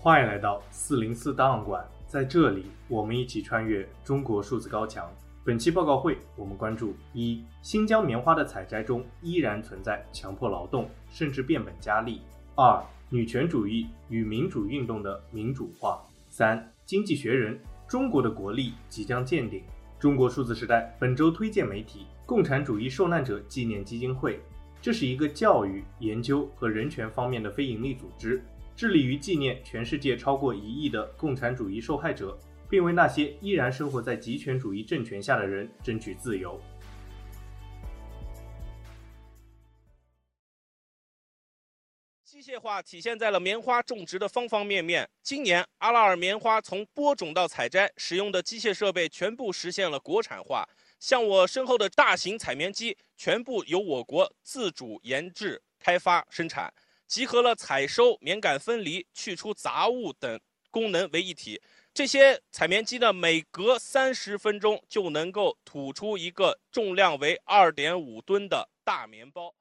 欢迎来到404档案馆，在这里我们一起穿越中国数字高墙。本期报告会我们关注：一、新疆棉花的采摘中依然存在强迫劳动，甚至变本加厉；二、女权主义与民主运动的民主化；三、经济学人，中国的国力即将见顶。中国数字时代本周推荐媒体共产主义受难者纪念基金会，这是一个教育、研究和人权方面的非营利组织，致力于纪念全世界超过1亿的共产主义受害者，并为那些依然生活在极权主义政权下的人争取自由。 机械化体现在了棉花种植的方方面面。今年，阿拉尔棉花从播种到采摘使用的机械设备全部实现了国产化。像我身后的大型采棉机，全部由我国自主研制、开发、生产，集合了采收、棉杆分离、去除杂物等功能为一体。这些采棉机呢，每隔30分钟就能够吐出一个重量为2.5吨的大棉包。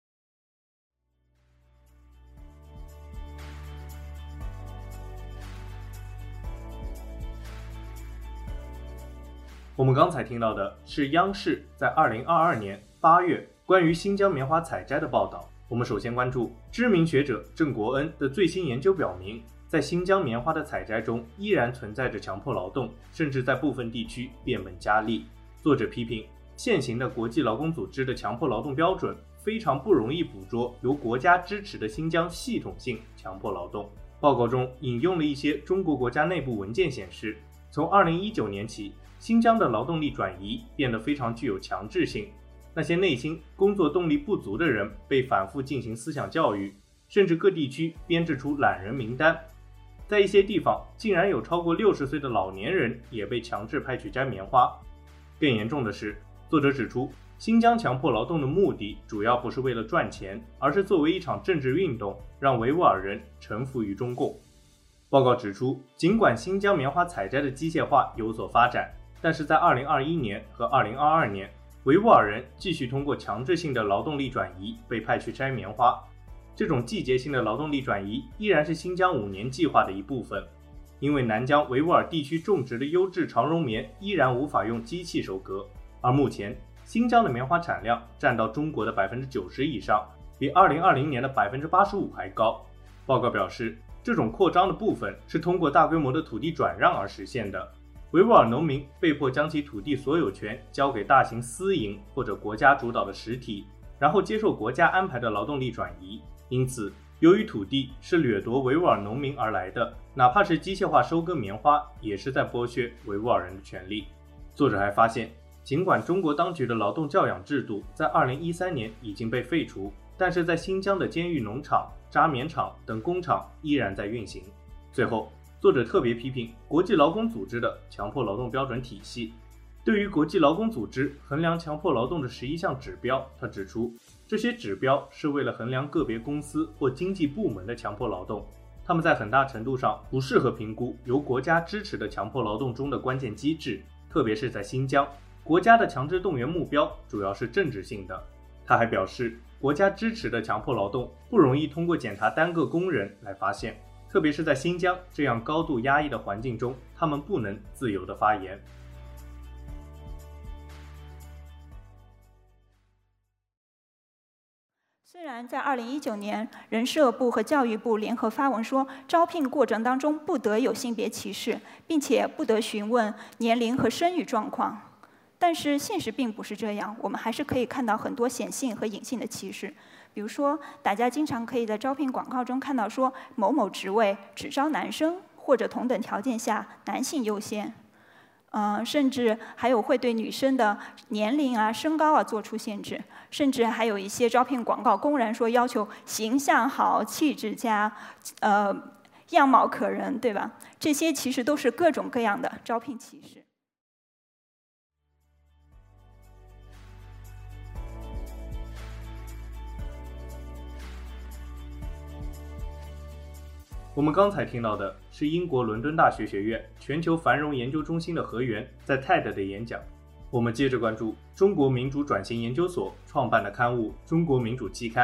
我们刚才听到的是央视在2022年8月关于新疆棉花采摘的报道。我们首先关注知名学者郑国恩的最新研究表明，在新疆棉花的采摘中依然存在着强迫劳动，甚至在部分地区变本加厉。作者批评现行的国际劳工组织的强迫劳动标准非常不容易捕捉由国家支持的新疆系统性强迫劳动。报告中引用了一些中国国家内部文件显示，从2019年起，新疆的劳动力转移变得非常具有强制性，那些内心工作动力不足的人被反复进行思想教育，甚至各地区编制出懒人名单。在一些地方，竟然有超过60岁的老年人也被强制派去摘棉花。更严重的是，作者指出，新疆强迫劳动的目的主要不是为了赚钱，而是作为一场政治运动，让维吾尔人臣服于中共。报告指出，尽管新疆棉花采摘的机械化有所发展，但是在2021年和2022年，维吾尔人继续通过强制性的劳动力转移被派去摘棉花。这种季节性的劳动力转移依然是新疆5年计划的一部分，因为南疆维吾尔地区种植的优质长绒棉依然无法用机器收割，而目前新疆的棉花产量占到中国的90%以上，比2020年的85%还高。报告表示，这种扩张的部分是通过大规模的土地转让而实现的。维吾尔农民被迫将其土地所有权交给大型私营或者国家主导的实体，然后接受国家安排的劳动力转移。因此，由于土地是掠夺维吾尔农民而来的，哪怕是机械化收割棉花，也是在剥削维吾尔人的权利。作者还发现，尽管中国当局的劳动教养制度在2013年已经被废除，但是在新疆的监狱农场、扎棉厂等工厂依然在运行。最后，作者特别批评国际劳工组织的强迫劳动标准体系。对于国际劳工组织衡量强迫劳动的11项指标，他指出，这些指标是为了衡量个别公司或经济部门的强迫劳动，他们在很大程度上不适合评估由国家支持的强迫劳动中的关键机制，特别是在新疆，国家的强制动员目标主要是政治性的。他还表示，国家支持的强迫劳动不容易通过检查单个工人来发现，特别是在新疆这样高度压抑的环境中，他们不能自由地发言。 虽然在2019年，人社部和教育部联合发文说，招聘过程当中不得有性别歧视，并且不得询问年龄和生育状况，但是现实并不是这样，我们还是可以看到很多显性和隐性的歧视。比如说，大家经常可以在招聘广告中看到说某某职位只招男生，或者同等条件下男性优先。甚至还有会对女生的年龄啊、身高啊做出限制，甚至还有一些招聘广告公然说要求形象好、气质佳、样貌可人，对吧？这些其实都是各种各样的招聘歧视。 我们刚才听到的是英国伦敦大学学院全球繁荣研究中心的何源在 TED 的演讲。我们接着关注中国民主转型研究所创办的刊物《中国民主期刊》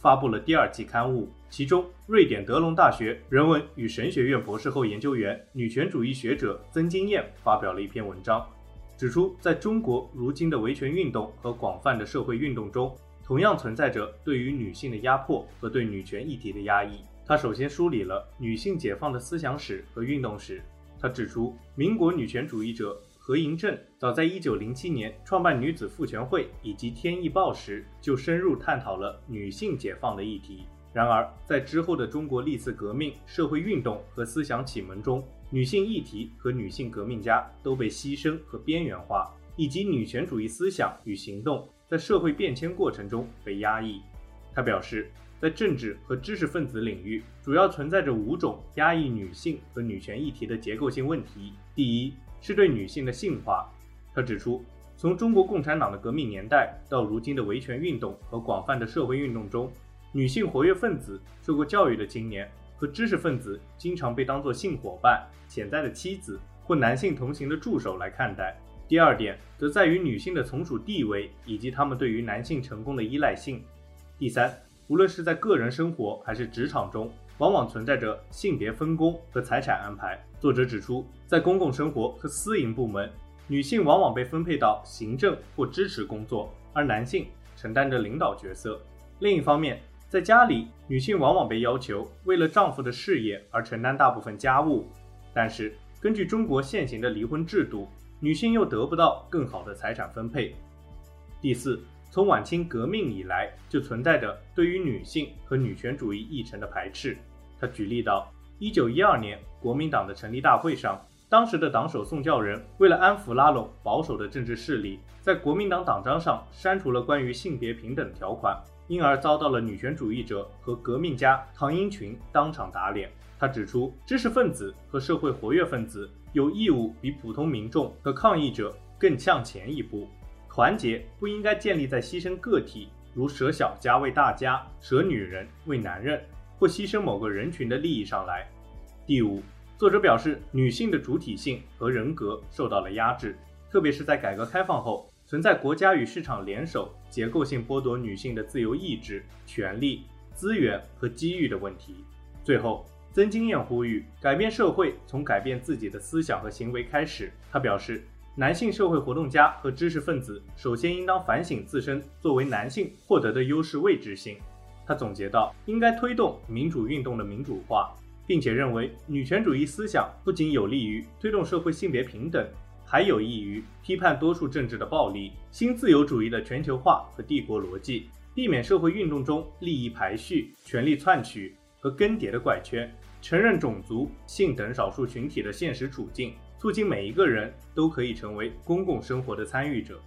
发布了第2期刊物，其中瑞典德隆大学人文与神学院博士后研究员、女权主义学者曾金燕发表了一篇文章，指出在中国如今的维权运动和广泛的社会运动中，同样存在着对于女性的压迫和对女权议题的压抑。他首先梳理了女性解放的思想史和运动史。他指出，民国女权主义者何迎正早在1907年创办女子妇权会以及天意报时，就深入探讨了女性解放的议题。然而，在之后的中国历次革命、社会运动和思想启蒙中，女性议题和女性革命家都被牺牲和边缘化，以及女权主义思想与行动在社会变迁过程中被压抑。他表示，在政治和知识分子领域，主要存在着5种压抑女性和女权议题的结构性问题。第一，是对女性的性化。他指出，从中国共产党的革命年代到如今的维权运动和广泛的社会运动中，女性活跃分子、受过教育的青年和知识分子经常被当作性伙伴、潜在的妻子或男性同行的助手来看待。第二点则在于女性的从属地位以及她们对于男性成功的依赖性。第三，无论是在个人生活还是职场中，往往存在着性别分工和财产安排。作者指出，在公共生活和私营部门，女性往往被分配到行政或支持工作，而男性承担着领导角色。另一方面，在家里，女性往往被要求为了丈夫的事业而承担大部分家务，但是根据中国现行的离婚制度，女性又得不到更好的财产分配。第四，从晚清革命以来，就存在着对于女性和女权主义议程的排斥。他举例到，1912年国民党的成立大会上，当时的党首宋教仁为了安抚拉拢保守的政治势力，在国民党党章上删除了关于性别平等条款，因而遭到了女权主义者和革命家唐英群当场打脸。他指出，知识分子和社会活跃分子有义务比普通民众和抗议者更向前一步。团结不应该建立在牺牲个体，如舍小家为大家，舍女人为男人，或牺牲某个人群的利益上来。第五，作者表示，女性的主体性和人格受到了压制，特别是在改革开放后，存在国家与市场联手，结构性剥夺女性的自由意志、权利、资源和机遇的问题。最后，曾金燕呼吁改变社会从改变自己的思想和行为开始。他表示，男性社会活动家和知识分子首先应当反省自身作为男性获得的优势位置性。他总结道，应该推动民主运动的民主化，并且认为女权主义思想不仅有利于推动社会性别平等，还有益于批判多数政治的暴力、新自由主义的全球化和帝国逻辑，避免社会运动中利益排序、权力篡取和更迭的怪圈，承认种族、性等少数群体的现实处境，促进每一个人都可以成为公共生活的参与者。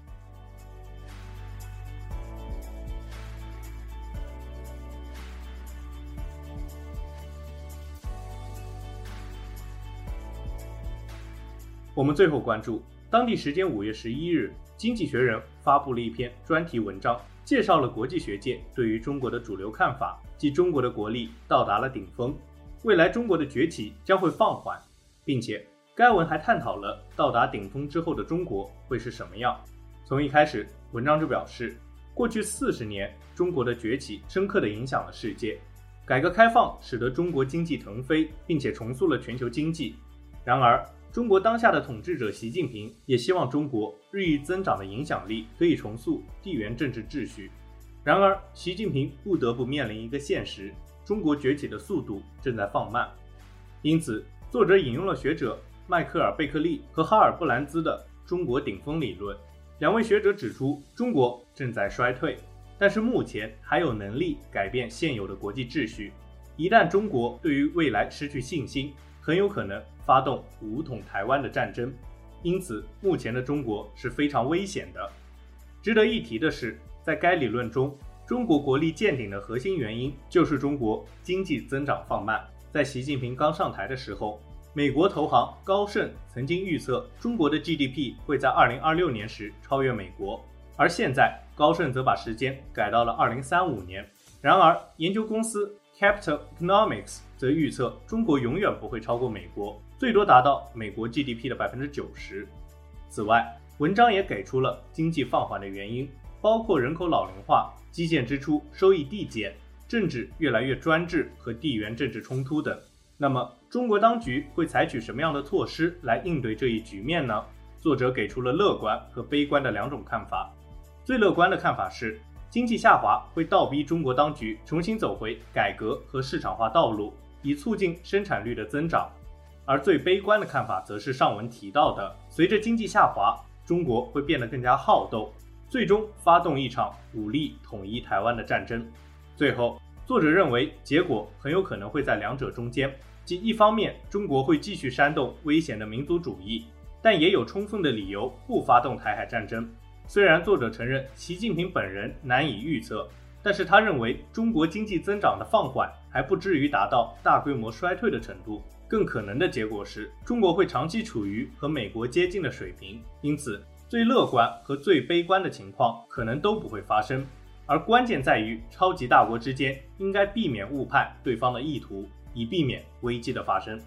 我们最后关注，当地时间5月11日，经济学人发布了一篇专题文章，介绍了国际学界对于中国的主流看法，即中国的国力到达了顶峰，未来中国的崛起将会放缓，并且该文还探讨了到达顶峰之后的中国会是什么样。从一开始，文章就表示，过去40年，中国的崛起深刻地影响了世界，改革开放使得中国经济腾飞，并且重塑了全球经济。然而，中国当下的统治者习近平也希望中国日益增长的影响力可以重塑地缘政治秩序。然而，习近平不得不面临一个现实，中国崛起的速度正在放慢。因此，作者引用了学者迈克尔·贝克利和哈尔·布兰兹的中国顶峰理论。两位学者指出，中国正在衰退，但是目前还有能力改变现有的国际秩序。一旦中国对于未来失去信心，很有可能发动武统台湾的战争。因此，目前的中国是非常危险的。值得一提的是，在该理论中，中国国力见顶的核心原因就是中国经济增长放慢。在习近平刚上台的时候，美国投行高盛曾经预测中国的 GDP 会在2026年时超越美国，而现在高盛则把时间改到了2035年。然而，研究公司 Capital Economics 则预测中国永远不会超过美国，最多达到美国 GDP 的90%。此外，文章也给出了经济放缓的原因，包括人口老龄化、基建支出收益递减、 政治越来越专制和地缘政治冲突等。那么，中国当局会采取什么样的措施来应对这一局面呢？作者给出了乐观和悲观的两种看法。最乐观的看法是，经济下滑会倒逼中国当局重新走回改革和市场化道路，以促进生产率的增长。而最悲观的看法则是上文提到的，随着经济下滑，中国会变得更加好斗，最终发动一场武力统一台湾的战争。最后，作者认为结果很有可能会在两者中间，即一方面中国会继续煽动危险的民族主义，但也有充分的理由不发动台海战争。虽然作者承认习近平本人难以预测，但是他认为中国经济增长的放缓还不至于达到大规模衰退的程度，更可能的结果是中国会长期处于和美国接近的水平，因此最乐观和最悲观的情况可能都不会发生。而关键在于超级大国之间应该避免误判对方的意图，以避免危机的发生。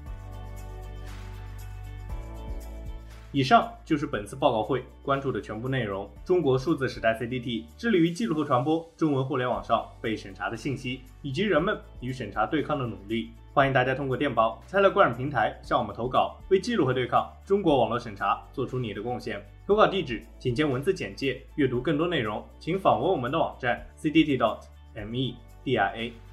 以上就是本次报告会关注的全部内容。中国数字时代 CDT 致力于记录和传播中文互联网上被审查的信息，以及人们与审查对抗的努力。欢迎大家通过电报、Telegram 平台向我们投稿，为记录和对抗中国网络审查做出你的贡献。投稿地址请见文字简介。阅读更多内容，请访问我们的网站 cdt.media。